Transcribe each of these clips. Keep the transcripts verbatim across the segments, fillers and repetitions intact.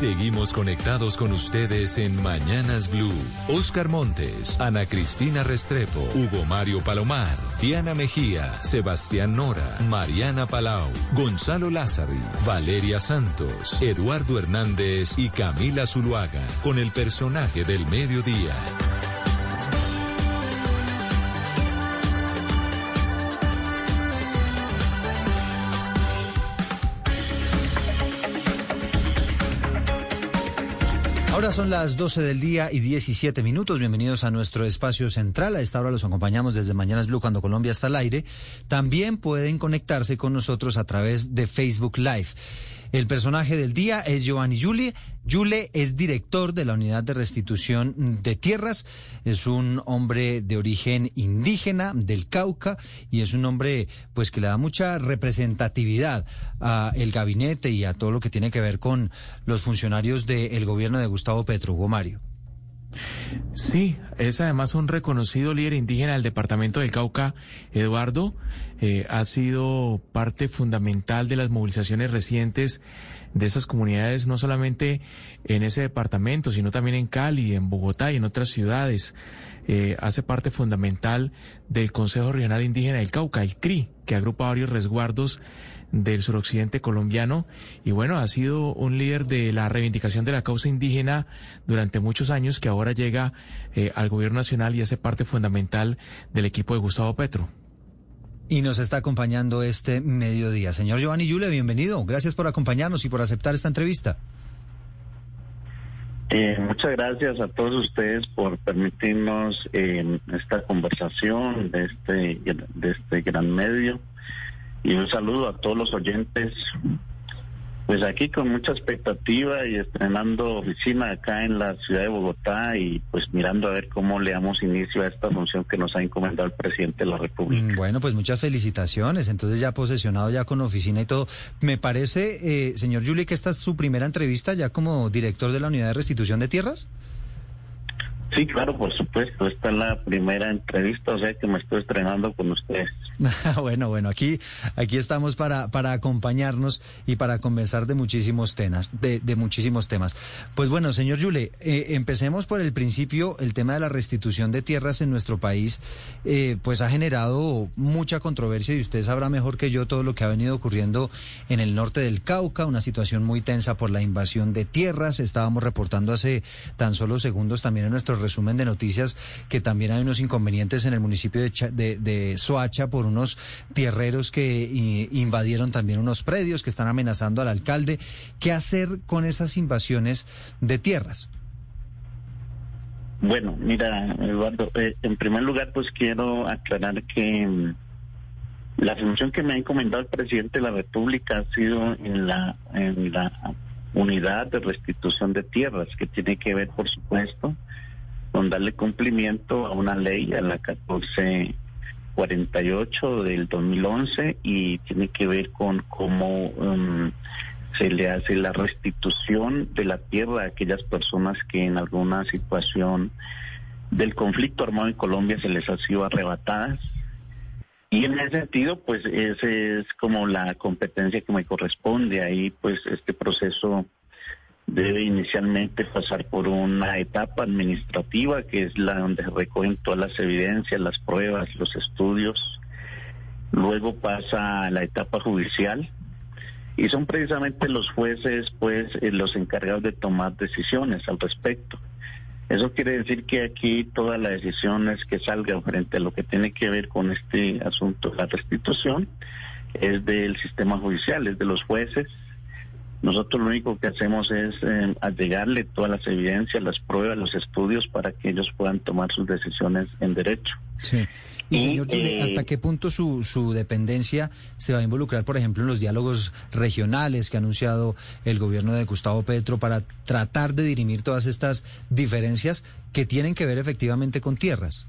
Seguimos conectados con ustedes en Mañanas Blue. Oscar Montes, Ana Cristina Restrepo, Hugo Mario Palomar, Diana Mejía, Sebastián Nora, Mariana Palau, Gonzalo Lázari, Valeria Santos, Eduardo Hernández y Camila Zuluaga, con el personaje del mediodía. Ahora son las doce del día y diecisiete minutos. Bienvenidos a nuestro espacio central. A esta hora los acompañamos desde Mañanas Blue cuando Colombia está al aire. También pueden conectarse con nosotros a través de Facebook Live. El personaje del día es Giovanni Yule. Yule es director de la Unidad de Restitución de Tierras. Es un hombre de origen indígena del Cauca y es un hombre pues que le da mucha representatividad a el gabinete y a todo lo que tiene que ver con los funcionarios del gobierno de Gustavo Petro. Hugo Mario. Sí, es además un reconocido líder indígena del departamento del Cauca. Eduardo eh, ha sido parte fundamental de las movilizaciones recientes de esas comunidades, no solamente en ese departamento, sino también en Cali, en Bogotá y en otras ciudades. Eh, hace parte fundamental del Consejo Regional Indígena del Cauca, el C R I, que agrupa varios resguardos del suroccidente colombiano, y bueno, ha sido un líder de la reivindicación de la causa indígena durante muchos años, que ahora llega eh, al gobierno nacional y hace parte fundamental del equipo de Gustavo Petro. Y nos está acompañando este mediodía. Señor Giovanni Yule, bienvenido. Gracias por acompañarnos y por aceptar esta entrevista. Eh, muchas gracias a todos ustedes por permitirnos eh, esta conversación de este, de este gran medio. Y un saludo a todos los oyentes, pues aquí con mucha expectativa y estrenando oficina acá en la ciudad de Bogotá y pues mirando a ver cómo le damos inicio a esta función que nos ha encomendado el presidente de la República. Bueno, pues muchas felicitaciones, entonces ya posesionado ya con oficina y todo. Me parece, eh, señor Yuli, que esta es su primera entrevista ya como director de la Unidad de Restitución de Tierras. Sí, claro, por supuesto. Esta es la primera entrevista, o sea que me estoy estrenando con ustedes. Bueno, bueno, aquí aquí estamos para para acompañarnos y para conversar de muchísimos temas, de, de muchísimos temas. Pues bueno, señor Yule, eh, empecemos por el principio. El tema de la restitución de tierras en nuestro país, eh, pues ha generado mucha controversia y usted sabrá mejor que yo todo lo que ha venido ocurriendo en el norte del Cauca, una situación muy tensa por la invasión de tierras. Estábamos reportando hace tan solo segundos también en nuestro resumen de noticias que también hay unos inconvenientes en el municipio de, Cha, de, de Soacha por unos tierreros que i, invadieron también unos predios que están amenazando al alcalde. ¿Qué hacer con esas invasiones de tierras? Bueno, mira, Eduardo, eh, en primer lugar pues quiero aclarar que um, la función que me ha encomendado el presidente de la República ha sido en la, en la unidad de restitución de tierras, que tiene que ver, por supuesto, con darle cumplimiento a una ley, a la catorce cuarenta y ocho del dos mil once, y tiene que ver con cómo um, se le hace la restitución de la tierra a aquellas personas que en alguna situación del conflicto armado en Colombia se les ha sido arrebatadas. Y en ese sentido, pues esa es como la competencia que me corresponde. Ahí pues este proceso debe inicialmente pasar por una etapa administrativa, que es la donde se recogen todas las evidencias, las pruebas, los estudios. Luego pasa a la etapa judicial y son precisamente los jueces pues eh, los encargados de tomar decisiones al respecto. Eso quiere decir que aquí todas las decisiones que salgan frente a lo que tiene que ver con este asunto de la restitución es del sistema judicial, es de los jueces. Nosotros lo único que hacemos es eh, allegarle todas las evidencias, las pruebas, los estudios para que ellos puedan tomar sus decisiones en derecho. Sí. Y, y señor Yule, eh, ¿hasta qué punto su, su dependencia se va a involucrar, por ejemplo, en los diálogos regionales que ha anunciado el gobierno de Gustavo Petro para tratar de dirimir todas estas diferencias que tienen que ver efectivamente con tierras?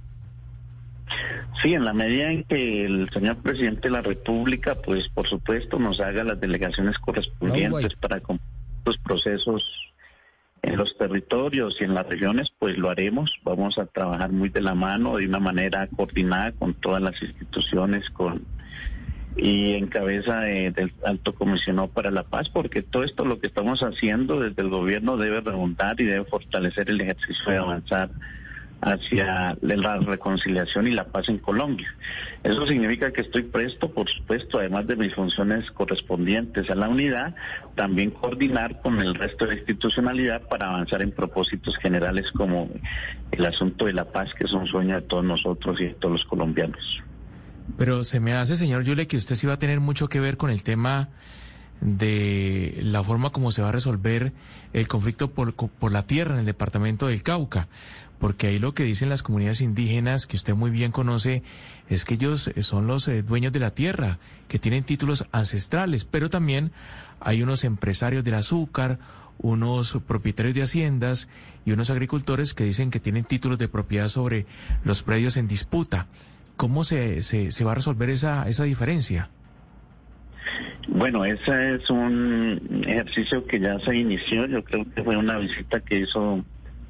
Sí, en la medida en que el señor presidente de la República, pues por supuesto, nos haga las delegaciones correspondientes no, para los procesos en los territorios y en las regiones, pues lo haremos. Vamos a trabajar muy de la mano, de una manera coordinada con todas las instituciones, con y en cabeza de, del Alto Comisionado para la Paz, porque todo esto lo que estamos haciendo desde el gobierno debe redundar y debe fortalecer el ejercicio de avanzar hacia la reconciliación y la paz en Colombia. Eso significa que estoy presto, por supuesto, además de mis funciones correspondientes a la unidad, también coordinar con el resto de la institucionalidad para avanzar en propósitos generales como el asunto de la paz, que es un sueño de todos nosotros y de todos los colombianos. Pero se me hace, señor Yule, que usted sí va a tener mucho que ver con el tema de la forma como se va a resolver el conflicto por, por la tierra en el departamento del Cauca, porque ahí lo que dicen las comunidades indígenas, que usted muy bien conoce, es que ellos son los eh, dueños de la tierra, que tienen títulos ancestrales, pero también hay unos empresarios del azúcar, unos propietarios de haciendas y unos agricultores que dicen que tienen títulos de propiedad sobre los predios en disputa. ¿Cómo se, se, se va a resolver esa, esa diferencia? Bueno, ese es un ejercicio que ya se inició. Yo creo que fue una visita que hizo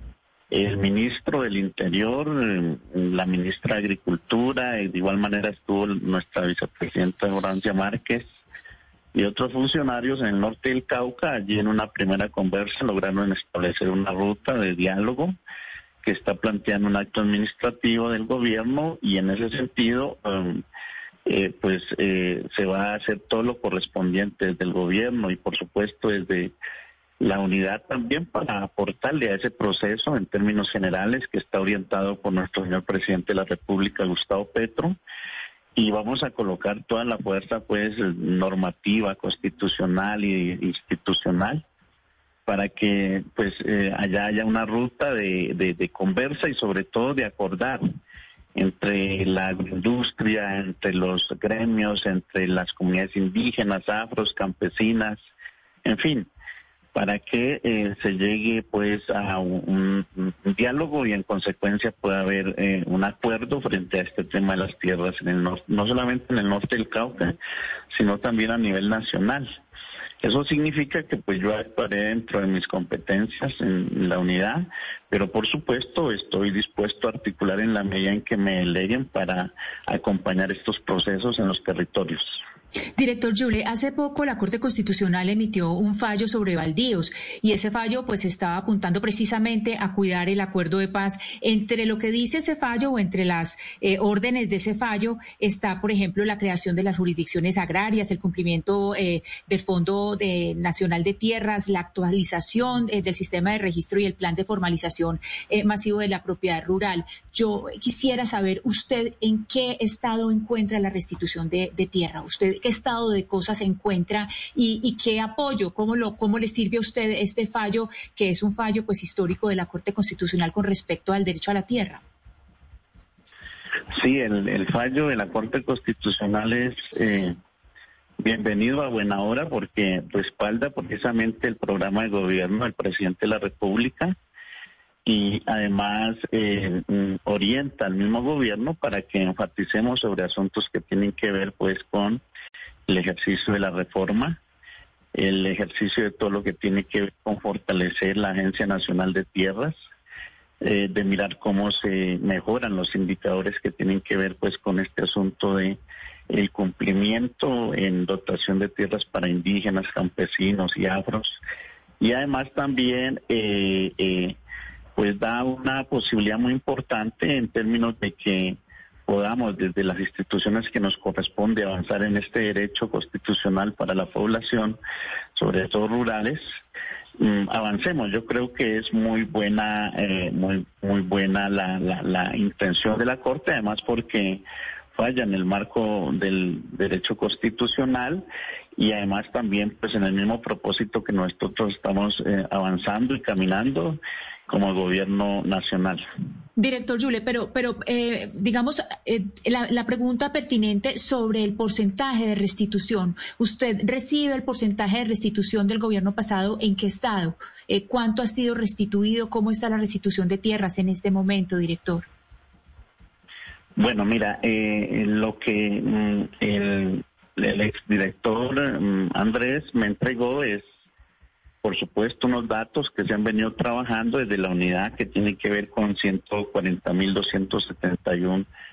el ministro del Interior, la ministra de Agricultura, y de igual manera estuvo nuestra vicepresidenta Horancia Márquez y otros funcionarios en el norte del Cauca. Allí en una primera conversa lograron establecer una ruta de diálogo que está planteando un acto administrativo del gobierno, y en ese sentido um, eh, pues eh, se va a hacer todo lo correspondiente desde el gobierno y por supuesto desde la unidad también para aportarle a ese proceso en términos generales que está orientado por nuestro señor presidente de la República, Gustavo Petro, y vamos a colocar toda la fuerza pues normativa, constitucional e institucional para que pues eh, allá haya una ruta de, de, de conversa y sobre todo de acordar entre la industria, entre los gremios, entre las comunidades indígenas, afros, campesinas, en fin, para que eh, se llegue pues a un, un, un diálogo y en consecuencia pueda haber eh, un acuerdo frente a este tema de las tierras en el norte, no solamente en el norte del Cauca, sino también a nivel nacional. Eso significa que pues yo actuaré dentro de mis competencias en la unidad, pero por supuesto estoy dispuesto a articular en la medida en que me deleguen para acompañar estos procesos en los territorios. Director Yule, hace poco la Corte Constitucional emitió un fallo sobre baldíos y ese fallo pues estaba apuntando precisamente a cuidar el acuerdo de paz. Entre lo que dice ese fallo o entre las eh, órdenes de ese fallo está, por ejemplo, la creación de las jurisdicciones agrarias, el cumplimiento eh, del Fondo de, Nacional de Tierras, la actualización eh, del sistema de registro y el plan de formalización eh, masivo de la propiedad rural. Yo quisiera saber usted en qué estado encuentra la restitución de, de tierra, usted qué estado de cosas se encuentra y, y qué apoyo, cómo lo, cómo le sirve a usted este fallo, que es un fallo pues histórico de la Corte Constitucional con respecto al derecho a la tierra. Sí, el, el fallo de la Corte Constitucional es eh, bienvenido a buena hora porque respalda precisamente el programa de gobierno del presidente de la República y además eh, orienta al mismo gobierno para que enfaticemos sobre asuntos que tienen que ver pues con el ejercicio de la reforma, el ejercicio de todo lo que tiene que ver con fortalecer la Agencia Nacional de Tierras, eh, de mirar cómo se mejoran los indicadores que tienen que ver pues con este asunto de el cumplimiento en dotación de tierras para indígenas, campesinos y afros, y además también eh, eh, pues da una posibilidad muy importante en términos de que podamos desde las instituciones que nos corresponde avanzar en este derecho constitucional para la población, sobre todo rurales, mm, avancemos. Yo creo que es muy buena, eh, muy muy buena la, la, la intención de la Corte, además porque falla en el marco del derecho constitucional y además también pues en el mismo propósito que nosotros estamos eh, avanzando y caminando como gobierno nacional. Director Yule, pero, pero eh, digamos, eh, la, la pregunta pertinente sobre el porcentaje de restitución. ¿Usted recibe el porcentaje de restitución del gobierno pasado? ¿En qué estado? Eh, ¿Cuánto ha sido restituido? ¿Cómo está la restitución de tierras en este momento, director? Bueno, mira, eh, lo que mm, el, el exdirector mm, Andrés me entregó es, por supuesto, unos datos que se han venido trabajando desde la unidad que tiene que ver con ciento cuarenta mil doscientos setenta y uno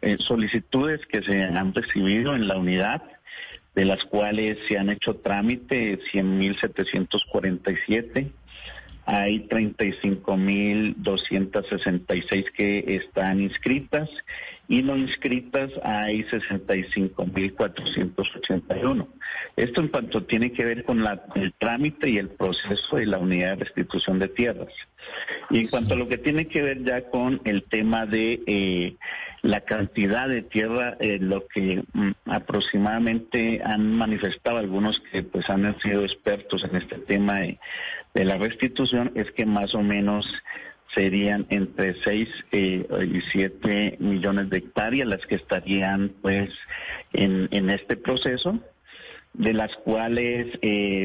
eh, solicitudes que se han recibido en la unidad, de las cuales se han hecho trámite cien mil setecientos cuarenta y siete. Hay treinta y cinco mil doscientas sesenta y seis que están inscritas y no inscritas hay sesenta y cinco mil cuatrocientos ochenta y uno. Esto en cuanto tiene que ver con la, el trámite y el proceso de la unidad de restitución de tierras. Y en cuanto a lo que tiene que ver ya con el tema de eh, la cantidad de tierra, eh, lo que mm, aproximadamente han manifestado algunos que pues han sido expertos en este tema de, de la restitución, es que más o menos serían entre seis eh, y siete millones de hectáreas las que estarían pues en, en este proceso, de las cuales eh,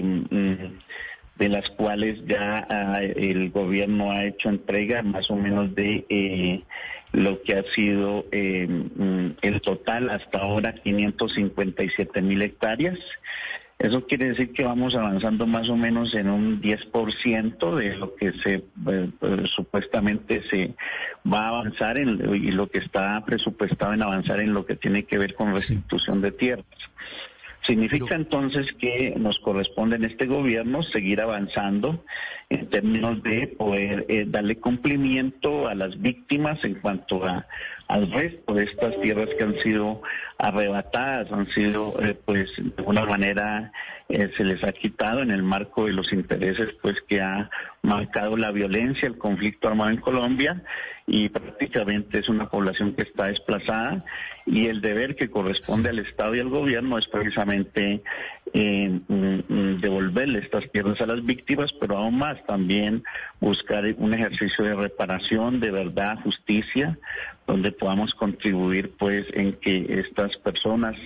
de las cuales ya ah, el gobierno ha hecho entrega más o menos de eh, lo que ha sido eh, el total hasta ahora, quinientos cincuenta y siete mil hectáreas. Eso quiere decir que vamos avanzando más o menos en un diez por ciento de lo que se eh, eh, supuestamente se va a avanzar en, y lo que está presupuestado en avanzar en lo que tiene que ver con restitución de tierras. Significa Pero... entonces que nos corresponde en este gobierno seguir avanzando en términos de poder eh, darle cumplimiento a las víctimas en cuanto a al resto de estas tierras que han sido arrebatadas, han sido eh, pues de alguna manera eh, se les ha quitado en el marco de los intereses pues que ha marcado la violencia, el conflicto armado en Colombia, y prácticamente es una población que está desplazada, y el deber que corresponde al Estado y al gobierno es precisamente eh, mm, devolverle estas tierras a las víctimas, pero aún más también buscar un ejercicio de reparación, de verdad, justicia, donde podamos contribuir pues en que estas personas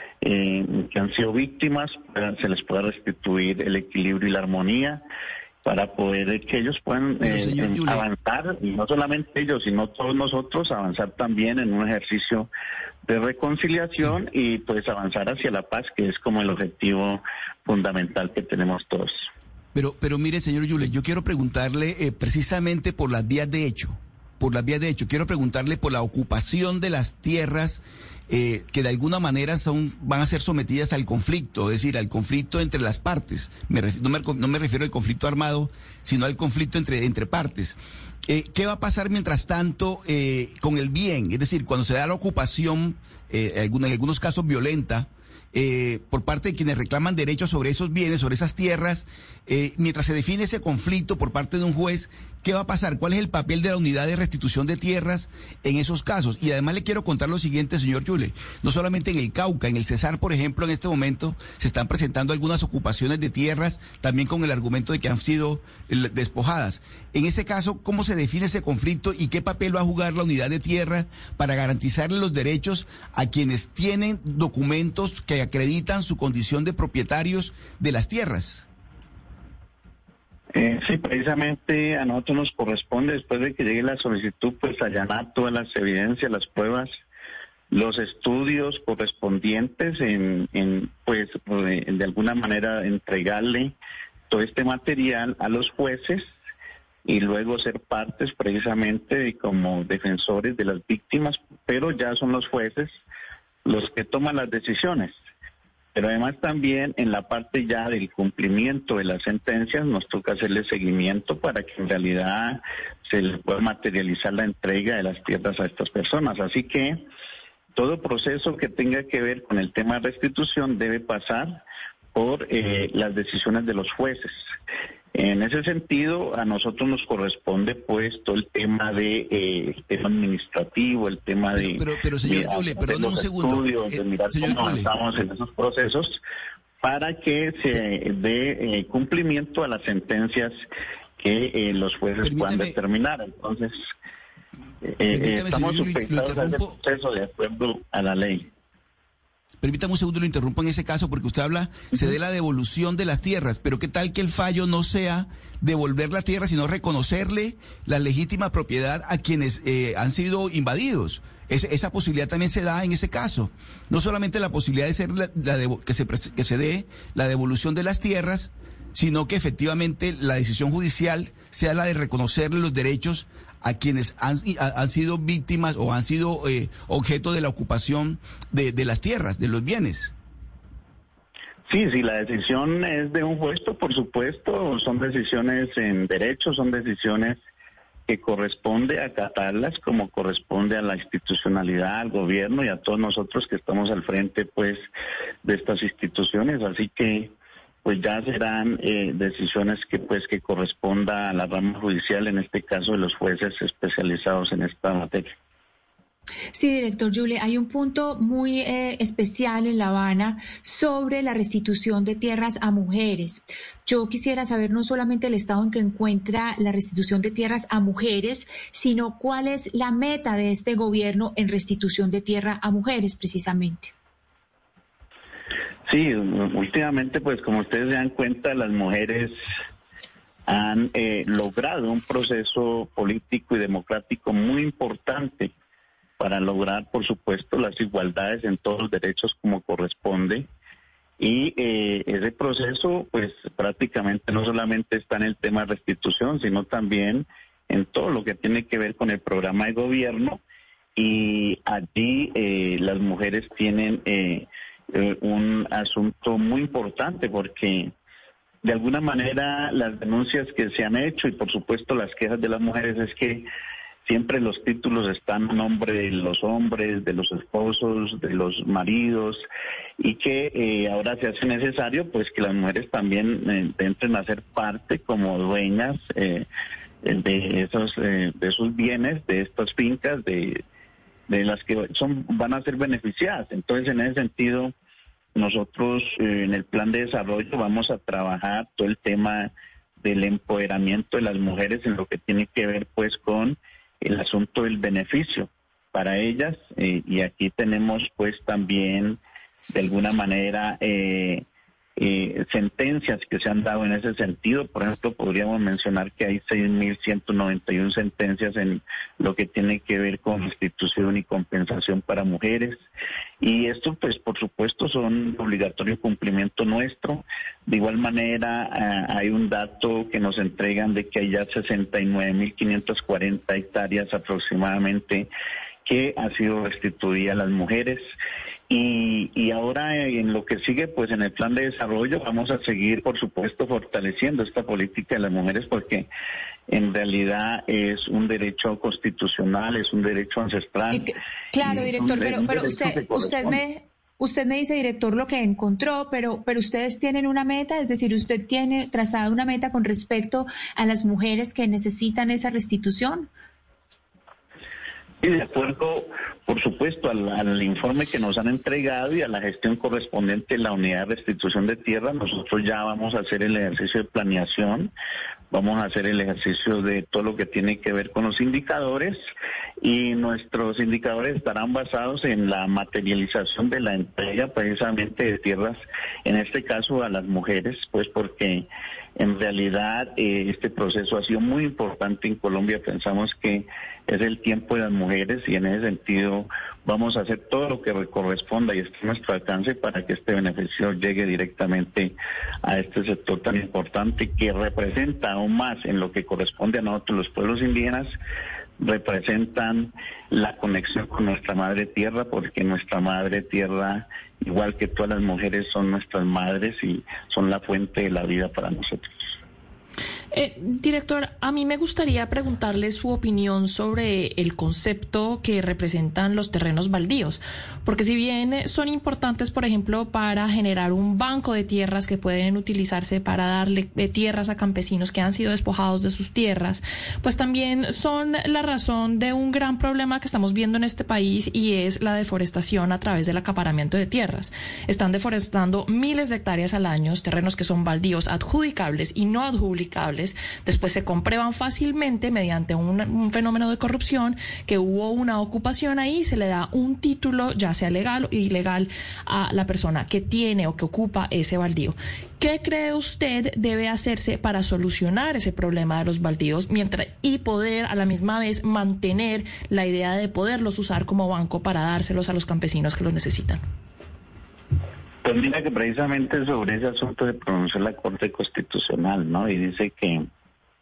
eh, que han sido víctimas puedan, se les pueda restituir el equilibrio y la armonía, para poder que ellos puedan eh, en, avanzar, y no solamente ellos, sino todos nosotros, avanzar también en un ejercicio de reconciliación, sí, y pues avanzar hacia la paz, que es como el objetivo fundamental que tenemos todos. Pero, pero mire, señor Yule, yo quiero preguntarle eh, precisamente por las vías de hecho, por las vías de hecho, quiero preguntarle por la ocupación de las tierras Eh, que de alguna manera son van a ser sometidas al conflicto, es decir, al conflicto entre las partes. Me ref, no, me, no me refiero al conflicto armado, sino al conflicto entre, entre partes. Eh, ¿Qué va a pasar mientras tanto eh, con el bien? Es decir, cuando se da la ocupación, eh, en algunos casos violenta, eh, por parte de quienes reclaman derechos sobre esos bienes, sobre esas tierras, eh, mientras se define ese conflicto por parte de un juez, ¿qué va a pasar? ¿Cuál es el papel de la unidad de restitución de tierras en esos casos? Y además le quiero contar lo siguiente, señor Yule, no solamente en el Cauca, en el Cesar, por ejemplo, en este momento se están presentando algunas ocupaciones de tierras, también con el argumento de que han sido despojadas. En ese caso, ¿cómo se define ese conflicto y qué papel va a jugar la unidad de tierra para garantizarle los derechos a quienes tienen documentos que acreditan su condición de propietarios de las tierras? Eh, sí, precisamente a nosotros nos corresponde, después de que llegue la solicitud, pues allanar todas las evidencias, las pruebas, los estudios correspondientes, en, en pues de, de alguna manera entregarle todo este material a los jueces y luego ser partes precisamente como defensores de las víctimas, pero ya son los jueces los que toman las decisiones. Pero además también en la parte ya del cumplimiento de las sentencias nos toca hacerle seguimiento para que en realidad se les pueda materializar la entrega de las tierras a estas personas. Así que todo proceso que tenga que ver con el tema de restitución debe pasar por eh, las decisiones de los jueces. En ese sentido, a nosotros nos corresponde pues todo el tema de eh, el tema administrativo, el tema de... Pero, pero, pero señor Yule, perdón un segundo. Estudios, de mirar eh, cómo avanzamos en esos procesos para que se dé eh, cumplimiento a las sentencias que eh, los jueces Permítame, puedan determinar. Entonces, eh, estamos supeditados a ese proceso de acuerdo a la ley. Permítame un segundo, lo interrumpo en ese caso, porque usted habla, uh-huh. se dé la devolución de las tierras, pero ¿qué tal que el fallo no sea devolver la tierra, sino reconocerle la legítima propiedad a quienes eh, han sido invadidos? Es, esa posibilidad también se da en ese caso. No solamente la posibilidad de ser la, la de, que, se, que se dé la devolución de las tierras, sino que efectivamente la decisión judicial sea la de reconocerle los derechos a quienes han, han sido víctimas o han sido eh, objeto de la ocupación de, de las tierras, de los bienes. Sí, sí, la decisión es de un juez, por supuesto, son decisiones en derecho, son decisiones que corresponde acatarlas como corresponde a la institucionalidad, al gobierno y a todos nosotros que estamos al frente, pues, de estas instituciones. Así que, pues, ya serán eh, decisiones que, pues, que corresponda a la rama judicial, en este caso de los jueces especializados en esta materia. Sí, director Yule, hay un punto muy eh, especial en La Habana sobre la restitución de tierras a mujeres. Yo quisiera saber no solamente el estado en que encuentra la restitución de tierras a mujeres, sino cuál es la meta de este gobierno en restitución de tierra a mujeres, precisamente. Sí, últimamente, pues como ustedes se dan cuenta, las mujeres han eh, logrado un proceso político y democrático muy importante para lograr, por supuesto, las igualdades en todos los derechos como corresponde. Y eh, ese proceso, pues prácticamente no solamente está en el tema de restitución, sino también en todo lo que tiene que ver con el programa de gobierno. Y allí eh, las mujeres tienen eh, eh, un asunto muy importante porque de alguna manera las denuncias que se han hecho y por supuesto las quejas de las mujeres es que siempre los títulos están a nombre de los hombres, de los esposos, de los maridos, y que eh, ahora se hace necesario pues que las mujeres también eh, entren a ser parte como dueñas eh, de esos eh, de esos bienes, de estas fincas, de, de las que son van a ser beneficiadas. Entonces, en ese sentido, nosotros eh, en el plan de desarrollo vamos a trabajar todo el tema del empoderamiento de las mujeres en lo que tiene que ver pues con el asunto del beneficio para ellas, eh, y aquí tenemos pues también de alguna manera eh, eh, sentencias que se han dado en ese sentido. Por ejemplo, podríamos mencionar que hay seis mil ciento noventa y una sentencias en lo que tiene que ver con restitución y compensación para mujeres, y esto pues por supuesto son obligatorio cumplimiento nuestro. De igual manera eh, hay un dato que nos entregan de que hay ya sesenta y nueve mil quinientas cuarenta hectáreas aproximadamente que ha sido restituida a las mujeres. Y, y ahora en lo que sigue, pues en el plan de desarrollo vamos a seguir, por supuesto, fortaleciendo esta política de las mujeres porque en realidad es un derecho constitucional, es un derecho ancestral. Eh, claro, director, pero, pero usted, usted me... Usted me dice, director, lo que encontró, pero, pero ustedes tienen una meta, es decir, usted tiene trazada una meta con respecto a las mujeres que necesitan esa restitución. Y de acuerdo, por supuesto, al, al informe que nos han entregado y a la gestión correspondiente en la unidad de restitución de tierra, nosotros ya vamos a hacer el ejercicio de planeación, vamos a hacer el ejercicio de todo lo que tiene que ver con los indicadores, y nuestros indicadores estarán basados en la materialización de la entrega precisamente de tierras, en este caso a las mujeres, pues porque en realidad eh, este proceso ha sido muy importante en Colombia. Pensamos que es el tiempo de las mujeres y en ese sentido vamos a hacer todo lo que corresponda y esté a nuestro alcance para que este beneficio llegue directamente a este sector tan importante que representa aún más en lo que corresponde a nosotros los pueblos indígenas, representan la conexión con nuestra madre tierra, porque nuestra madre tierra, igual que todas las mujeres, son nuestras madres y son la fuente de la vida para nosotros. Eh, director, a mí me gustaría preguntarle su opinión sobre el concepto que representan los terrenos baldíos, porque si bien son importantes, por ejemplo, para generar un banco de tierras que pueden utilizarse para darle eh, tierras a campesinos que han sido despojados de sus tierras, pues también son la razón de un gran problema que estamos viendo en este país, y es la deforestación a través del acaparamiento de tierras. Están deforestando miles de hectáreas al año, terrenos que son baldíos, adjudicables y no adjudicables. Después se comprueban fácilmente mediante un, un fenómeno de corrupción que hubo una ocupación ahí y se le da un título, ya sea legal o ilegal, a la persona que tiene o que ocupa ese baldío. ¿Qué cree usted debe hacerse para solucionar ese problema de los baldíos mientras y poder a la misma vez mantener la idea de poderlos usar como banco para dárselos a los campesinos que los necesitan? Pues mira que precisamente sobre ese asunto se pronunció la Corte Constitucional, ¿no? Y dice que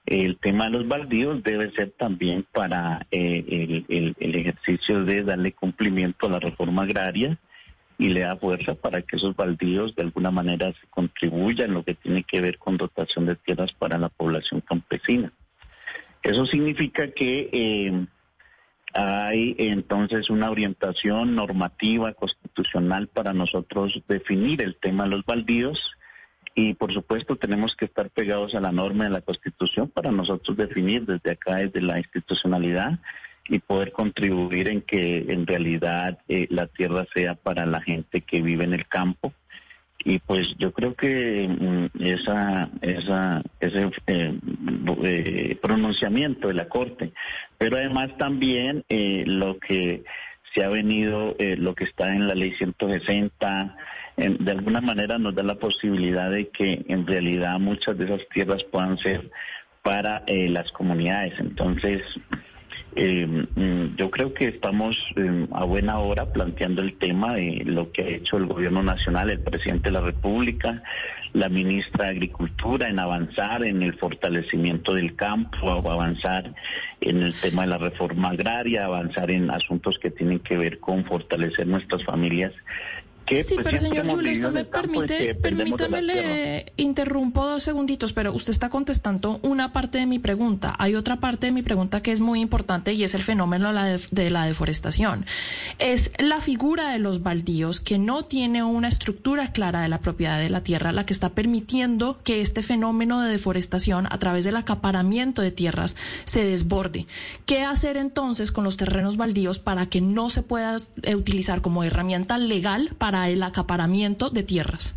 el tema de los baldíos debe ser también para eh, el, el, el ejercicio de darle cumplimiento a la reforma agraria y le da fuerza para que esos baldíos de alguna manera se contribuyan en lo que tiene que ver con dotación de tierras para la población campesina. Eso significa que eh, hay entonces una orientación normativa constitucional para nosotros definir el tema de los baldíos y por supuesto tenemos que estar pegados a la norma de la Constitución para nosotros definir desde acá, desde la institucionalidad y poder contribuir en que en realidad eh, la tierra sea para la gente que vive en el campo. Y pues yo creo que mm, esa, esa, ese eh, eh, pronunciamiento de la Corte, pero además también eh, lo que se ha venido, eh, lo que está en la ley ciento sesenta, eh, de alguna manera nos da la posibilidad de que en realidad muchas de esas tierras puedan ser para eh, las comunidades. Entonces, Eh, yo creo que estamos eh, a buena hora planteando el tema de lo que ha hecho el gobierno nacional, el presidente de la República, la ministra de Agricultura, en avanzar en el fortalecimiento del campo, avanzar en el tema de la reforma agraria, avanzar en asuntos que tienen que ver con fortalecer nuestras familias. Que, sí, pues, pero señor hemos Julio, vivido usted en me el campo y que permite, dependemos de la permítame le interrumpo dos segunditos, pero usted está contestando una parte de mi pregunta. Hay otra parte de mi pregunta que es muy importante y es el fenómeno de la, def- de la deforestación. Es la figura de los baldíos que no tiene una estructura clara de la propiedad de la tierra la que está permitiendo que este fenómeno de deforestación a través del acaparamiento de tierras se desborde. ¿Qué hacer entonces con los terrenos baldíos para que no se pueda eh, utilizar como herramienta legal para para el acaparamiento de tierras?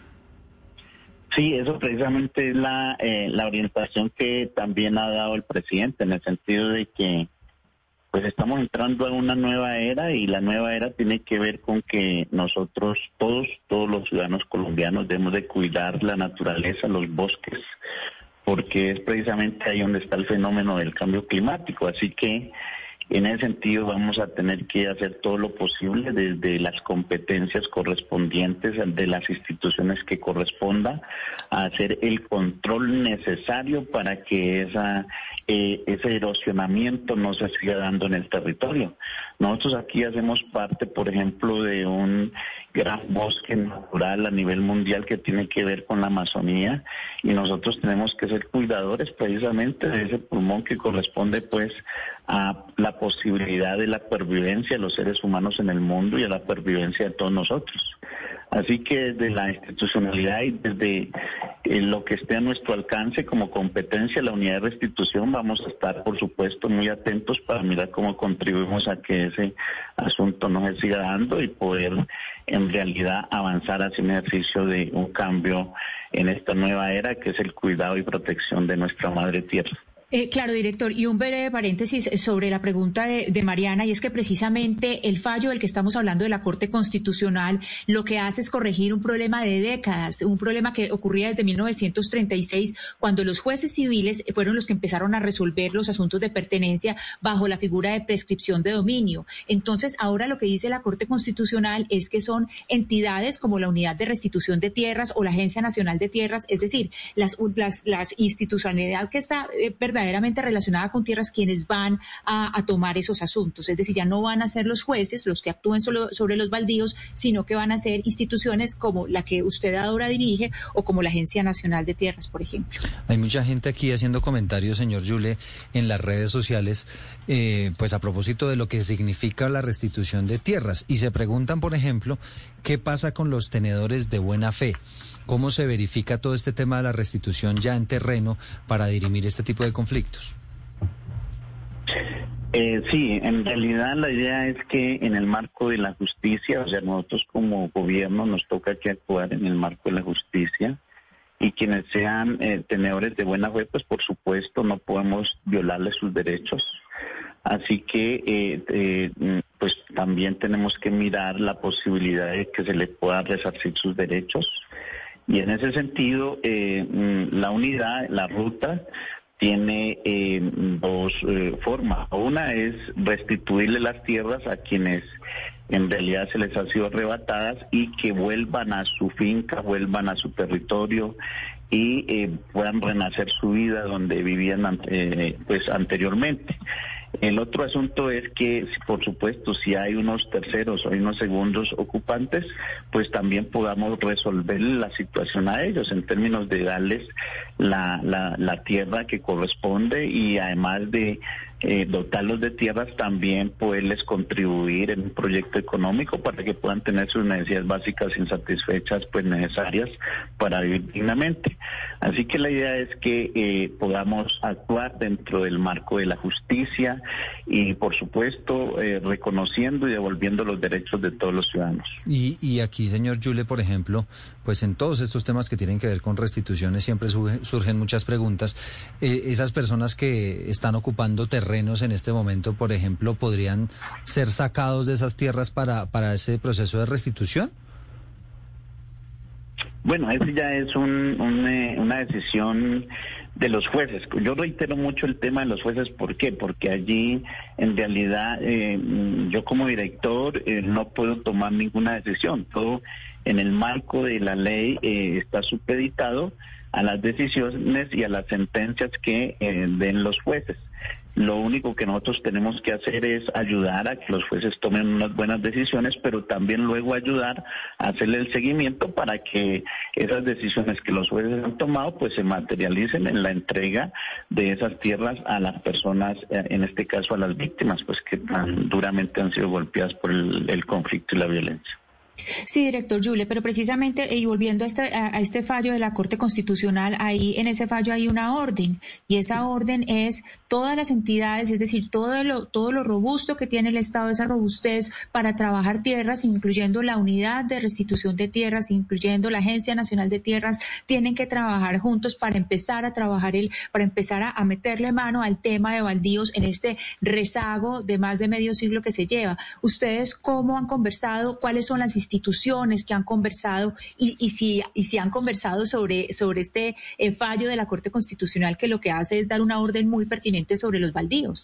Sí, eso precisamente es la, eh, la orientación que también ha dado el presidente, en el sentido de que pues estamos entrando a una nueva era y la nueva era tiene que ver con que nosotros, todos, todos los ciudadanos colombianos debemos de cuidar la naturaleza, los bosques, porque es precisamente ahí donde está el fenómeno del cambio climático, así que en ese sentido vamos a tener que hacer todo lo posible desde las competencias correspondientes de las instituciones que corresponda a hacer el control necesario para que esa eh, ese erosionamiento no se siga dando en el territorio. Nosotros aquí hacemos parte, por ejemplo, de un gran bosque natural a nivel mundial que tiene que ver con la Amazonía y nosotros tenemos que ser cuidadores precisamente de ese pulmón que corresponde pues a la posibilidad de la pervivencia de los seres humanos en el mundo y a la pervivencia de todos nosotros. Así que desde la institucionalidad y desde eh, lo que esté a nuestro alcance como competencia, la unidad de restitución, vamos a estar, por supuesto, muy atentos para mirar cómo contribuimos a que ese asunto no se siga dando y poder en realidad avanzar hacia un ejercicio de un cambio en esta nueva era que es el cuidado y protección de nuestra madre tierra. Eh, claro, director, y un breve paréntesis sobre la pregunta de, de Mariana, y es que precisamente el fallo del que estamos hablando de la Corte Constitucional lo que hace es corregir un problema de décadas, un problema que ocurría desde mil novecientos treinta y seis, cuando los jueces civiles fueron los que empezaron a resolver los asuntos de pertenencia bajo la figura de prescripción de dominio. Entonces, ahora lo que dice la Corte Constitucional es que son entidades como la Unidad de Restitución de Tierras o la Agencia Nacional de Tierras, es decir, las, las, las institucionalidad que está eh, verdad verdaderamente relacionada con tierras quienes van a, a tomar esos asuntos. Es decir, ya no van a ser los jueces los que actúen solo sobre los baldíos, sino que van a ser instituciones como la que usted ahora dirige o como la Agencia Nacional de Tierras, por ejemplo. Hay mucha gente aquí haciendo comentarios, señor Yule, en las redes sociales, eh, pues a propósito de lo que significa la restitución de tierras. Y se preguntan, por ejemplo, ¿qué pasa con los tenedores de buena fe? ¿Cómo se verifica todo este tema de la restitución ya en terreno para dirimir este tipo de conflictos? Eh, sí, en realidad la idea es que en el marco de la justicia, o sea, nosotros como gobierno nos toca que actuar en el marco de la justicia y quienes sean eh, tenedores de buena fe, pues por supuesto no podemos violarles sus derechos. Así que eh, eh, pues también tenemos que mirar la posibilidad de que se les pueda resarcir sus derechos. Y en ese sentido, eh, la unidad, la ruta, tiene eh, dos eh, formas. Una es restituirle las tierras a quienes en realidad se les ha sido arrebatadas y que vuelvan a su finca, vuelvan a su territorio y eh, puedan renacer su vida donde vivían eh, pues anteriormente. El otro asunto es que, por supuesto, si hay unos terceros o hay unos segundos ocupantes, pues también podamos resolver la situación a ellos en términos de darles la, la, la tierra que corresponde y además de eh, dotarlos de tierras, también poderles contribuir en un proyecto económico para que puedan tener sus necesidades básicas insatisfechas, pues necesarias para vivir dignamente. Así que la idea es que eh, podamos actuar dentro del marco de la justicia y, por supuesto, eh, reconociendo y devolviendo los derechos de todos los ciudadanos. Y, y aquí, señor Yule, por ejemplo, pues en todos estos temas que tienen que ver con restituciones siempre surge, surgen muchas preguntas. Eh, esas personas que están ocupando terrenos en este momento, por ejemplo, ¿podrían ser sacados de esas tierras para, para ese proceso de restitución? Bueno, eso ya es un, un, eh, una decisión de los jueces. Yo reitero mucho el tema de los jueces. ¿Por qué? Porque allí, en realidad, eh, yo como director eh, no puedo tomar ninguna decisión. Todo en el marco de la ley eh, está supeditado a las decisiones y a las sentencias que eh, den los jueces. Lo único que nosotros tenemos que hacer es ayudar a que los jueces tomen unas buenas decisiones, pero también luego ayudar a hacerle el seguimiento para que esas decisiones que los jueces han tomado pues se materialicen en la entrega de esas tierras a las personas, en este caso a las víctimas, pues que tan duramente han sido golpeadas por el, el conflicto y la violencia. Sí, director Yule, pero precisamente, y volviendo a este, a, a este fallo de la Corte Constitucional, ahí en ese fallo hay una orden, y esa orden es todas las entidades, es decir, todo lo, todo lo robusto que tiene el Estado, esa robustez para trabajar tierras, incluyendo la unidad de restitución de tierras, incluyendo la Agencia Nacional de Tierras, tienen que trabajar juntos para empezar a trabajar, el, para empezar a, a meterle mano al tema de baldíos en este rezago de más de medio siglo que se lleva. ¿Ustedes cómo han conversado? ¿Cuáles son las instituciones que han conversado y, y si y si han conversado sobre sobre este eh, fallo de la Corte Constitucional que lo que hace es dar una orden muy pertinente sobre los baldíos?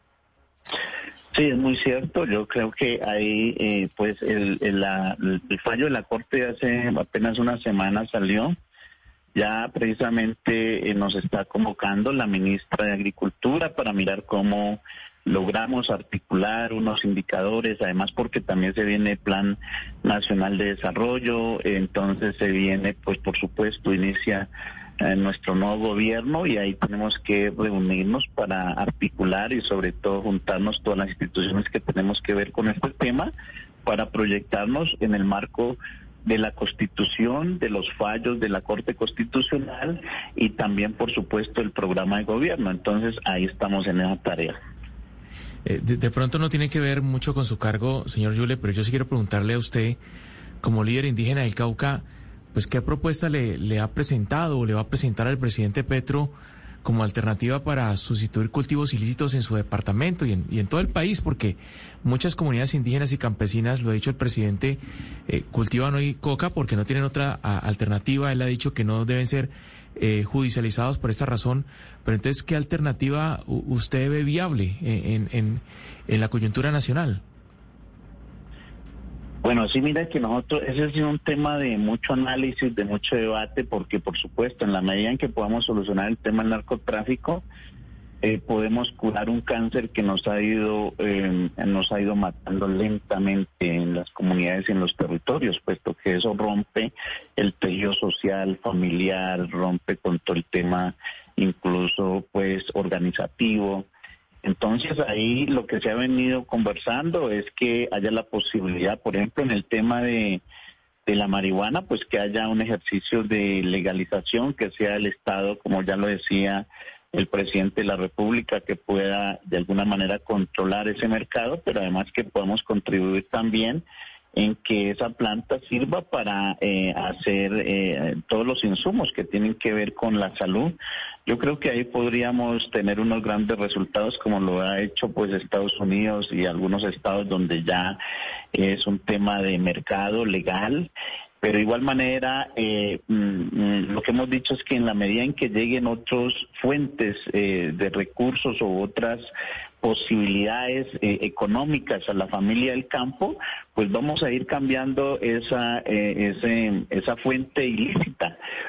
Sí, es muy cierto. Yo creo que ahí, eh, pues, el, el, la, el fallo de la Corte hace apenas una semana salió. Ya precisamente eh, nos está convocando la ministra de Agricultura para mirar cómo logramos articular unos indicadores, además porque también se viene el Plan Nacional de Desarrollo, entonces se viene, pues por supuesto, inicia eh, nuestro nuevo gobierno y ahí tenemos que reunirnos para articular y sobre todo juntarnos todas las instituciones que tenemos que ver con este tema para proyectarnos en el marco de la Constitución, de los fallos de la Corte Constitucional y también, por supuesto, el programa de gobierno. Entonces ahí estamos en esa tarea. Eh, de, de pronto no tiene que ver mucho con su cargo, señor Yule, pero yo sí quiero preguntarle a usted, como líder indígena del Cauca, pues qué propuesta le, le ha presentado o le va a presentar al presidente Petro como alternativa para sustituir cultivos ilícitos en su departamento y en, y en todo el país, porque muchas comunidades indígenas y campesinas, lo ha dicho el presidente, eh, cultivan hoy coca porque no tienen otra a, alternativa. Él ha dicho que no deben ser eh, judicializados por esta razón, pero entonces, ¿qué alternativa usted ve viable en, en, en la coyuntura nacional? Bueno, sí, mira que nosotros, ese ha sido un tema de mucho análisis, de mucho debate, porque por supuesto, en la medida en que podamos solucionar el tema del narcotráfico, eh, podemos curar un cáncer que nos ha ido eh, nos ha ido matando lentamente en las comunidades y en los territorios, puesto que eso rompe el tejido social, familiar, rompe con todo el tema incluso pues organizativo. Entonces ahí lo que se ha venido conversando es que haya la posibilidad, por ejemplo, en el tema de, de la marihuana, pues que haya un ejercicio de legalización, que sea el Estado, como ya lo decía el presidente de la República, que pueda de alguna manera controlar ese mercado, pero además que podamos contribuir también en que esa planta sirva para eh, hacer eh, todos los insumos que tienen que ver con la salud. Yo creo que ahí podríamos tener unos grandes resultados como lo ha hecho pues Estados Unidos y algunos estados donde ya es un tema de mercado legal. Pero de igual manera, eh, mm, lo que hemos dicho es que en la medida en que lleguen otras fuentes eh, de recursos o otras posibilidades eh, económicas a la familia del campo, pues vamos a ir cambiando esa eh, ese, esa fuente ilícita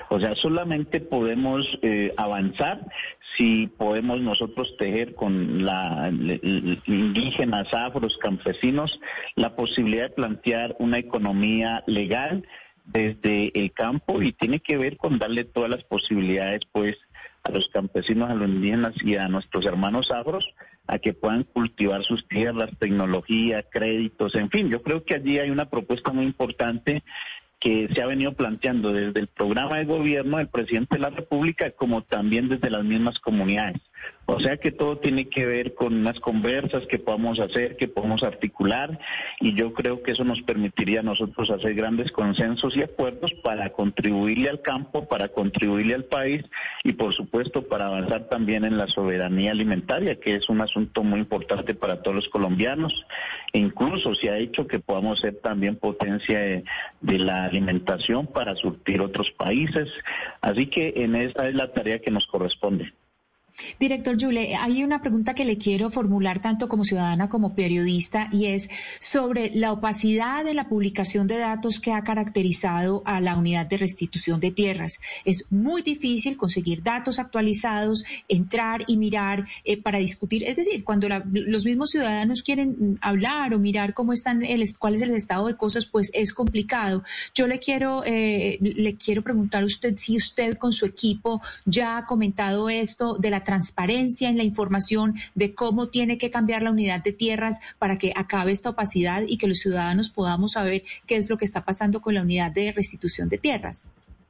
O sea, solamente podemos eh, avanzar si podemos nosotros tejer con la, le, le, indígenas, afros, campesinos, la posibilidad de plantear una economía legal desde el campo, y tiene que ver con darle todas las posibilidades pues a los campesinos, a los indígenas y a nuestros hermanos afros a que puedan cultivar sus tierras, tecnología, créditos, en fin. Yo creo que allí hay una propuesta muy importante que se ha venido planteando desde el programa de gobierno del presidente de la República, como también desde las mismas comunidades. O sea que todo tiene que ver con unas conversas que podamos hacer, que podamos articular, y yo creo que eso nos permitiría a nosotros hacer grandes consensos y acuerdos para contribuirle al campo, para contribuirle al país y por supuesto para avanzar también en la soberanía alimentaria, que es un asunto muy importante para todos los colombianos. E incluso se ha hecho que podamos ser también potencia de, de la alimentación para surtir otros países. Así que en esa es la tarea que nos corresponde. Director Yule, hay una pregunta que le quiero formular tanto como ciudadana como periodista, y es sobre la opacidad de la publicación de datos que ha caracterizado a la unidad de restitución de tierras. Es muy difícil conseguir datos actualizados, entrar y mirar eh, para discutir. Es decir, cuando la, los mismos ciudadanos quieren hablar o mirar cómo están, el, cuál es el estado de cosas, pues es complicado. Yo le quiero, eh, le quiero preguntar a usted si usted con su equipo ya ha comentado esto de la transparencia en la información de cómo tiene que cambiar la unidad de tierras para que acabe esta opacidad y que los ciudadanos podamos saber qué es lo que está pasando con la unidad de restitución de tierras.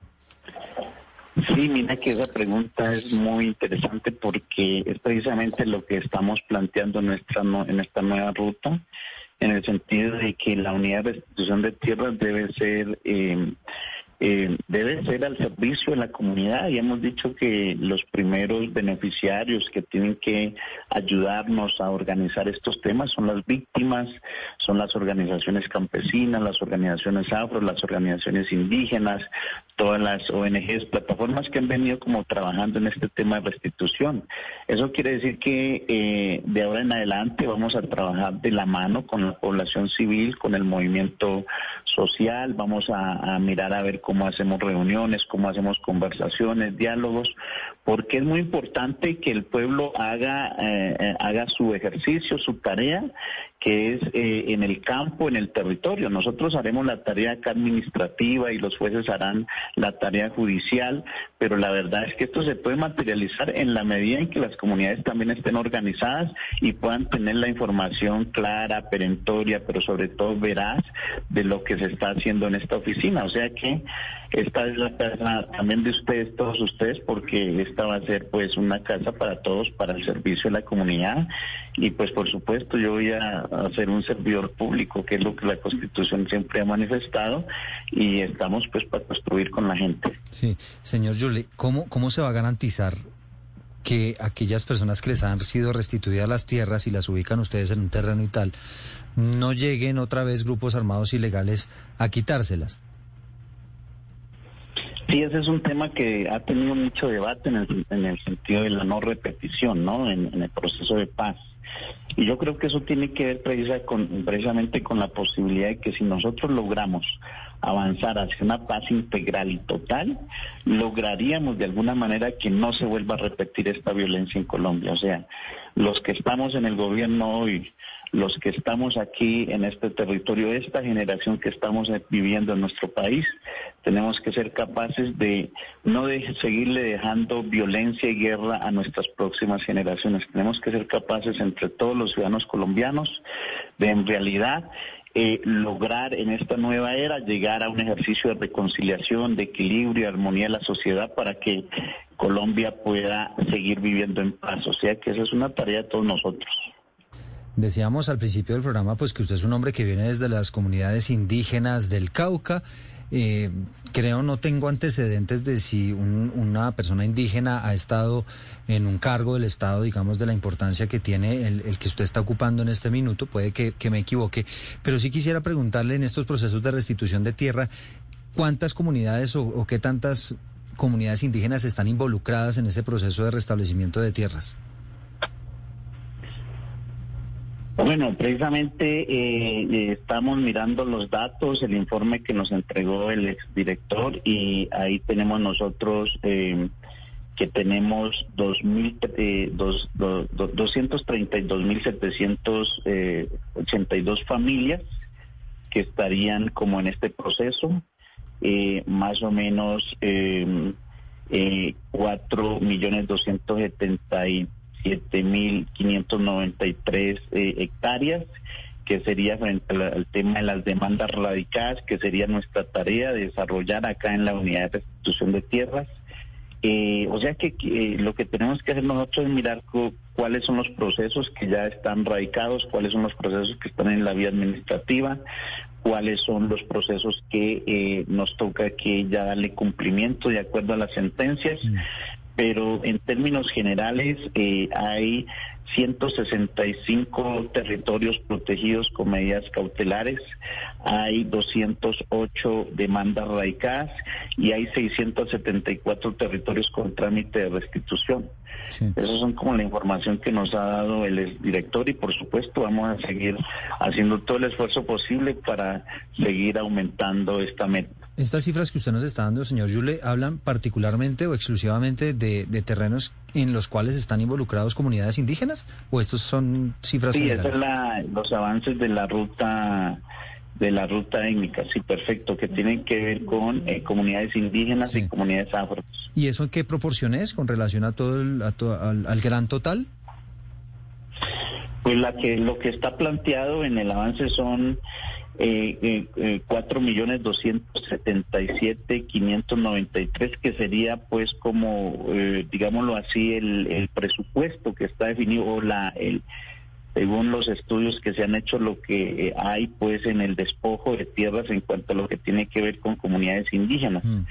Sí, mira que esa pregunta es muy interesante porque es precisamente lo que estamos planteando en nuestra, en esta nueva ruta, en el sentido de que la unidad de restitución de tierras debe ser... Eh, Eh, debe ser al servicio de la comunidad, y hemos dicho que los primeros beneficiarios que tienen que ayudarnos a organizar estos temas son las víctimas, son las organizaciones campesinas, las organizaciones afro, las organizaciones indígenas, todas las O N Ges, plataformas que han venido como trabajando en este tema de restitución. Eso quiere decir que eh, de ahora en adelante vamos a trabajar de la mano con la población civil, con el movimiento social, vamos a, a mirar a ver cómo hacemos reuniones, cómo hacemos conversaciones, diálogos, porque es muy importante que el pueblo haga, eh, haga su ejercicio, su tarea, que es eh, en el campo, en el territorio. Nosotros haremos la tarea acá administrativa y los jueces harán la tarea judicial, pero la verdad es que esto se puede materializar en la medida en que las comunidades también estén organizadas y puedan tener la información clara, perentoria, pero sobre todo veraz de lo que se está haciendo en esta oficina. O sea que esta es la casa también de ustedes, todos ustedes, porque esta va a ser pues una casa para todos, para el servicio de la comunidad, y pues por supuesto yo voy a a ser un servidor público, que es lo que la Constitución siempre ha manifestado, y estamos pues para construir con la gente. Sí, señor Yule, ¿cómo, cómo se va a garantizar que aquellas personas que les han sido restituidas las tierras y las ubican ustedes en un terreno y tal, no lleguen otra vez grupos armados ilegales a quitárselas? Sí, ese es un tema que ha tenido mucho debate en el, en el sentido de la no repetición, ¿no? En, en el proceso de paz. Y yo creo que eso tiene que ver precisa con, precisamente con la posibilidad de que si nosotros logramos avanzar hacia una paz integral y total, lograríamos de alguna manera que no se vuelva a repetir esta violencia en Colombia. O sea, los que estamos en el gobierno hoy, los que estamos aquí en este territorio, esta generación que estamos viviendo en nuestro país, tenemos que ser capaces de no de seguirle dejando violencia y guerra a nuestras próximas generaciones. Tenemos que ser capaces entre todos los ciudadanos colombianos de en realidad eh, lograr en esta nueva era llegar a un ejercicio de reconciliación, de equilibrio y armonía de la sociedad para que Colombia pueda seguir viviendo en paz. O sea que esa es una tarea de todos nosotros. Decíamos al principio del programa pues que usted es un hombre que viene desde las comunidades indígenas del Cauca. Eh, creo no tengo antecedentes de si un, una persona indígena ha estado en un cargo del Estado, digamos, de la importancia que tiene el, el que usted está ocupando en este minuto. Puede que, que me equivoque, pero sí quisiera preguntarle en estos procesos de restitución de tierra, ¿cuántas comunidades o, o qué tantas comunidades indígenas están involucradas en ese proceso de restablecimiento de tierras? Bueno, precisamente eh, estamos mirando los datos, el informe que nos entregó el exdirector, y ahí tenemos nosotros eh, que tenemos dos mil, eh, dos, do, do, doscientos treinta y dos mil setecientos ochenta y dos familias que estarían como en este proceso, eh, más o menos eh, eh, cuatro millones doscientos setenta y siete mil quinientos noventa y tres eh, hectáreas, que sería frente al, al tema de las demandas radicadas, que sería nuestra tarea de desarrollar acá en la unidad de restitución de tierras. Eh, o sea que, que eh, lo que tenemos que hacer nosotros es mirar cu cuáles son los procesos que ya están radicados, cuáles son los procesos que están en la vía administrativa, cuáles son los procesos que eh, nos toca que ya darle cumplimiento de acuerdo a las sentencias. Mm. Pero en términos generales eh, hay ciento sesenta y cinco territorios protegidos con medidas cautelares, hay doscientos ocho demandas radicadas y hay seiscientos setenta y cuatro territorios con trámite de restitución. Sí. Esas son como la información que nos ha dado el director, y por supuesto vamos a seguir haciendo todo el esfuerzo posible para seguir aumentando esta meta. Estas cifras que usted nos está dando, señor Yule, ¿hablan particularmente o exclusivamente de, de terrenos en los cuales están involucrados comunidades indígenas? ¿O estos son cifras Sí, generales? esos son los avances de la ruta de la ruta étnica, sí, perfecto, que tienen que ver con eh, comunidades indígenas sí. y comunidades afros. ¿Y eso en qué proporción es con relación a todo el, a to, al, al gran total? Pues la que lo que está planteado en el avance son Eh, eh, eh, cuatro millones doscientos setenta y siete mil quinientos noventa y tres, que sería pues como, eh, digámoslo así, el, el presupuesto que está definido, o la el según los estudios que se han hecho, lo que eh, hay pues en el despojo de tierras en cuanto a lo que tiene que ver con comunidades indígenas. Mm.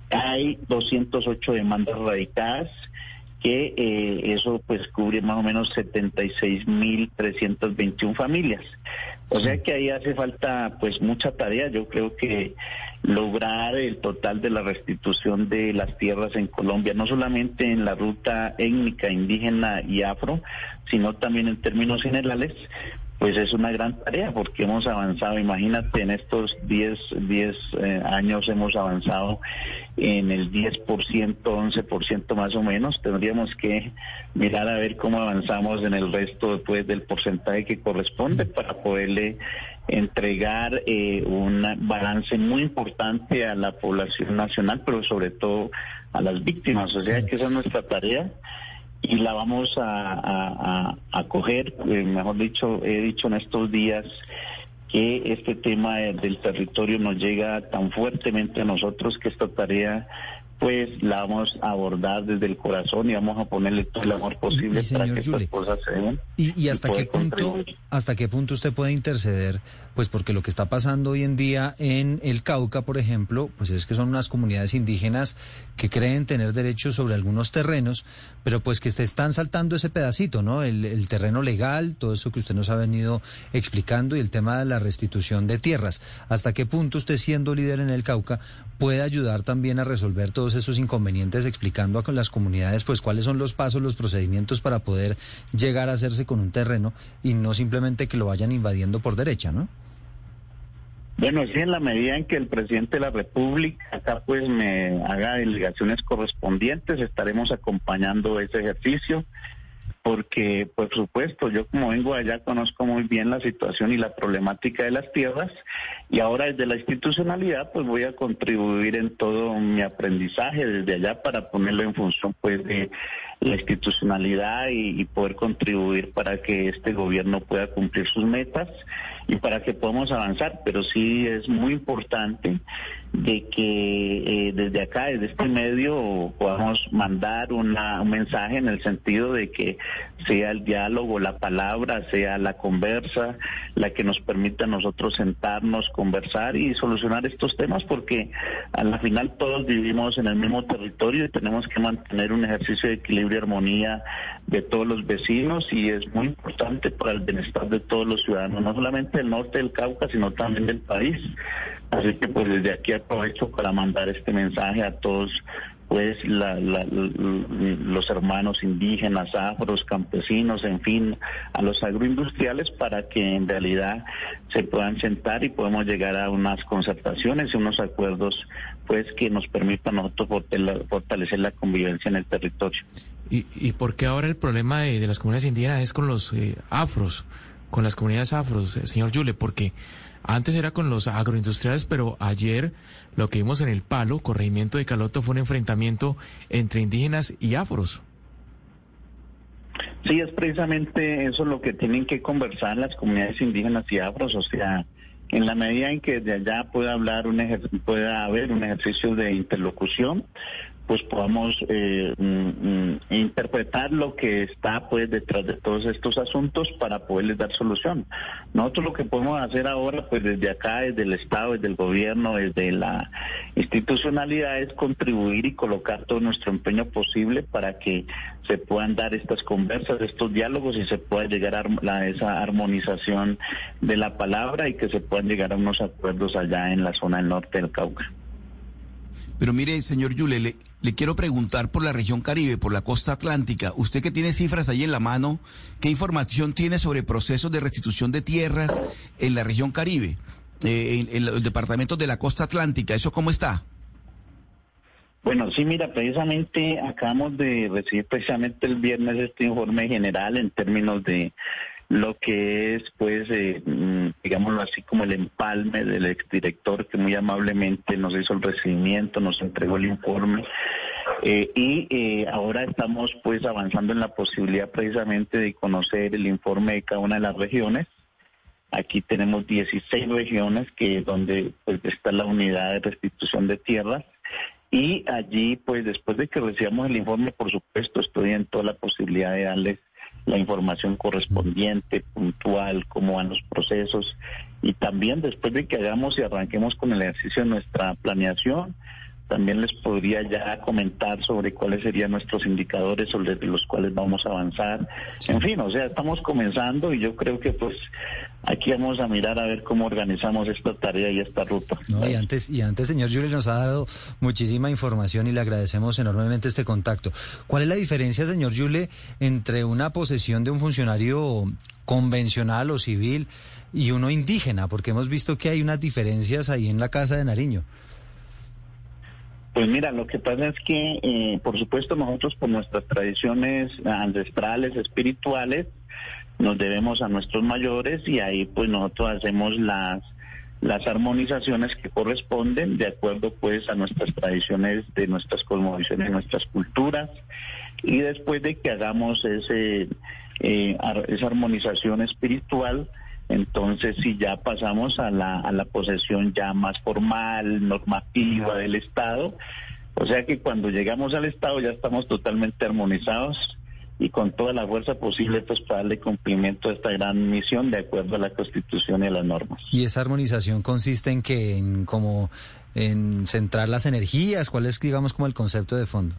Hay doscientos ocho demandas radicadas, que eh, eso pues cubre más o menos setenta y seis mil trescientas veintiuna familias. O sea que ahí hace falta pues mucha tarea. Yo creo que lograr el total de la restitución de las tierras en Colombia, no solamente en la ruta étnica, indígena y afro, sino también en términos generales, pues es una gran tarea, porque hemos avanzado, imagínate, en estos diez eh, años hemos avanzado en el diez por ciento, once por ciento más o menos. Tendríamos que mirar a ver cómo avanzamos en el resto después del porcentaje que corresponde para poderle entregar eh, un balance muy importante a la población nacional, pero sobre todo a las víctimas. O sea que esa es nuestra tarea, y la vamos a, a, a, a coger, eh, mejor dicho, he dicho en estos días que este tema del territorio nos llega tan fuertemente a nosotros que esta tarea pues la vamos a abordar desde el corazón y vamos a ponerle todo el amor posible y, y para que Yule, estas cosas se den. ¿Y, y hasta y qué punto hasta qué punto usted puede interceder? Pues porque lo que está pasando hoy en día en el Cauca, por ejemplo, pues es que son unas comunidades indígenas que creen tener derechos sobre algunos terrenos, pero pues que se están saltando ese pedacito, ¿no? El, el terreno legal, todo eso que usted nos ha venido explicando, y el tema de la restitución de tierras. ¿Hasta qué punto usted, siendo líder en el Cauca, puede ayudar también a resolver todos esos inconvenientes, explicando a las comunidades pues cuáles son los pasos, los procedimientos para poder llegar a hacerse con un terreno y no simplemente que lo vayan invadiendo por derecha, ¿no? Bueno, sí, en la medida en que el presidente de la República acá pues me haga delegaciones correspondientes, estaremos acompañando ese ejercicio, porque por supuesto yo como vengo allá conozco muy bien la situación y la problemática de las tierras, y ahora desde la institucionalidad pues voy a contribuir en todo mi aprendizaje desde allá para ponerlo en función pues de la institucionalidad y, y poder contribuir para que este gobierno pueda cumplir sus metas y para que podamos avanzar. Pero sí es muy importante de que eh, desde acá, desde este medio, podamos mandar una, un mensaje en el sentido de que sea el diálogo, la palabra, sea la conversa, la que nos permita a nosotros sentarnos, conversar y solucionar estos temas, porque a la final todos vivimos en el mismo territorio y tenemos que mantener un ejercicio de equilibrio y armonía de todos los vecinos, y es muy importante para el bienestar de todos los ciudadanos, no solamente del norte del Cauca, sino también del país. Así que pues desde aquí aprovecho para mandar este mensaje a todos pues la, la, los hermanos indígenas, afros, campesinos, en fin, a los agroindustriales, para que en realidad se puedan sentar y podamos llegar a unas concertaciones y unos acuerdos pues que nos permitan a nosotros fortalecer la convivencia en el territorio. ¿Y, y por qué ahora el problema de, de las comunidades indígenas es con los eh, afros, con las comunidades afros, eh, señor Yule? Porque antes era con los agroindustriales, pero ayer lo que vimos en El Palo, corregimiento de Caloto, fue un enfrentamiento entre indígenas y afros. Sí, es precisamente eso lo que tienen que conversar las comunidades indígenas y afros, o sea, en la medida en que de allá pueda hablar un ejer- pueda haber un ejercicio de interlocución, pues podamos eh, mm, mm, interpretar lo que está pues detrás de todos estos asuntos para poderles dar solución. Nosotros lo que podemos hacer ahora, pues desde acá, desde el Estado, desde el gobierno, desde la institucionalidad, es contribuir y colocar todo nuestro empeño posible para que se puedan dar estas conversas, estos diálogos, y se pueda llegar a, a esa armonización de la palabra y que se puedan llegar a unos acuerdos allá en la zona del norte del Cauca. Pero mire, señor Yule, le, le quiero preguntar por la región Caribe, por la costa atlántica. Usted que tiene cifras ahí en la mano, ¿qué información tiene sobre procesos de restitución de tierras en la región Caribe, eh, en, en los departamentos de la costa atlántica? ¿Eso cómo está? Bueno, sí, mira, precisamente acabamos de recibir precisamente el viernes este informe general en términos de lo que es, pues, eh, digámoslo así, como el empalme del exdirector que muy amablemente nos hizo el recibimiento, nos entregó el informe. Eh, y eh, ahora estamos, pues, avanzando en la posibilidad precisamente de conocer el informe de cada una de las regiones. Aquí tenemos dieciséis regiones que donde pues está la unidad de restitución de tierras. Y allí, pues, después de que recibamos el informe, por supuesto, estoy en toda la posibilidad de darles la información correspondiente, puntual, cómo van los procesos, y también después de que hagamos y arranquemos con el ejercicio de nuestra planeación, también les podría ya comentar sobre cuáles serían nuestros indicadores sobre los cuales vamos a avanzar. Sí. En fin, o sea, estamos comenzando y yo creo que pues aquí vamos a mirar a ver cómo organizamos esta tarea y esta ruta. No, y antes, y antes, señor Yule, nos ha dado muchísima información y le agradecemos enormemente este contacto. ¿Cuál es la diferencia, señor Yule, entre una posesión de un funcionario convencional o civil y uno indígena? Porque hemos visto que hay unas diferencias ahí en la Casa de Nariño. Pues mira, lo que pasa es que, eh, por supuesto, nosotros por nuestras tradiciones ancestrales, espirituales, nos debemos a nuestros mayores y ahí pues nosotros hacemos las las armonizaciones que corresponden de acuerdo pues a nuestras tradiciones, de nuestras cosmovisiones, nuestras culturas, y después de que hagamos ese eh, esa armonización espiritual, entonces sí ya pasamos a la a la posesión ya más formal, normativa del Estado. O sea que cuando llegamos al Estado ya estamos totalmente armonizados y con toda la fuerza posible pues para darle cumplimiento a esta gran misión de acuerdo a la Constitución y a las normas. ¿Y esa armonización consiste en que en como en centrar las energías? ¿Cuál es, digamos, como el concepto de fondo?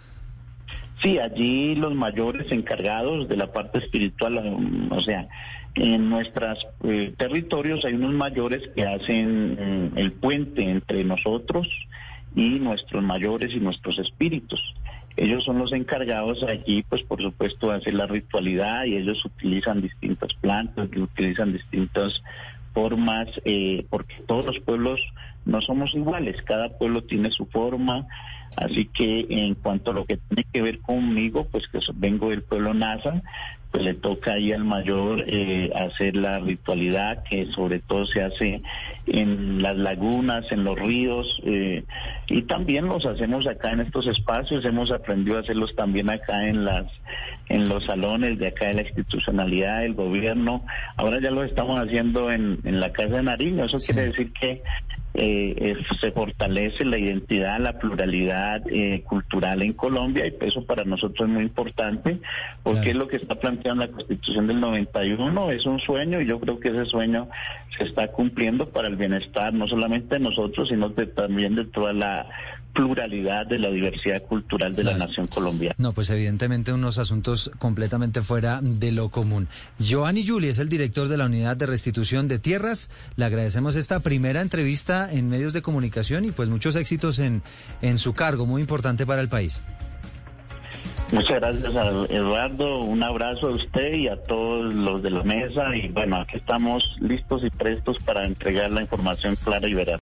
Sí, allí los mayores encargados de la parte espiritual, o sea, en nuestros eh, territorios hay unos mayores que hacen eh, el puente entre nosotros y nuestros mayores y nuestros espíritus. Ellos son los encargados allí, pues por supuesto, de hacer la ritualidad, y ellos utilizan distintas plantas, utilizan distintas formas, eh, porque todos los pueblos no somos iguales, cada pueblo tiene su forma. Así que en cuanto a lo que tiene que ver conmigo, pues que vengo del pueblo Nasa, pues le toca ahí al mayor eh, hacer la ritualidad, que sobre todo se hace en las lagunas, en los ríos, eh, y también los hacemos acá en estos espacios. Hemos aprendido a hacerlos también acá en las en los salones de acá de la institucionalidad del gobierno. Ahora ya lo estamos haciendo en, en la Casa de Nariño. Eso sí. Quiere decir que eh, eh, se fortalece la identidad, la pluralidad eh, cultural en Colombia, y eso para nosotros es muy importante, porque claro, es lo que está planteando la Constitución del noventa y uno, es un sueño, y yo creo que ese sueño se está cumpliendo para el bienestar no solamente de nosotros, sino de, también de toda la pluralidad de la diversidad cultural de claro, la nación colombiana. No, pues evidentemente unos asuntos completamente fuera de lo común. Giovanni Yule es el director de la Unidad de Restitución de Tierras. Le agradecemos esta primera entrevista vida en medios de comunicación y pues muchos éxitos en, en su cargo, muy importante para el país. Muchas gracias a Eduardo, un abrazo a usted y a todos los de la mesa y bueno, aquí estamos listos y prestos para entregar la información clara y veraz.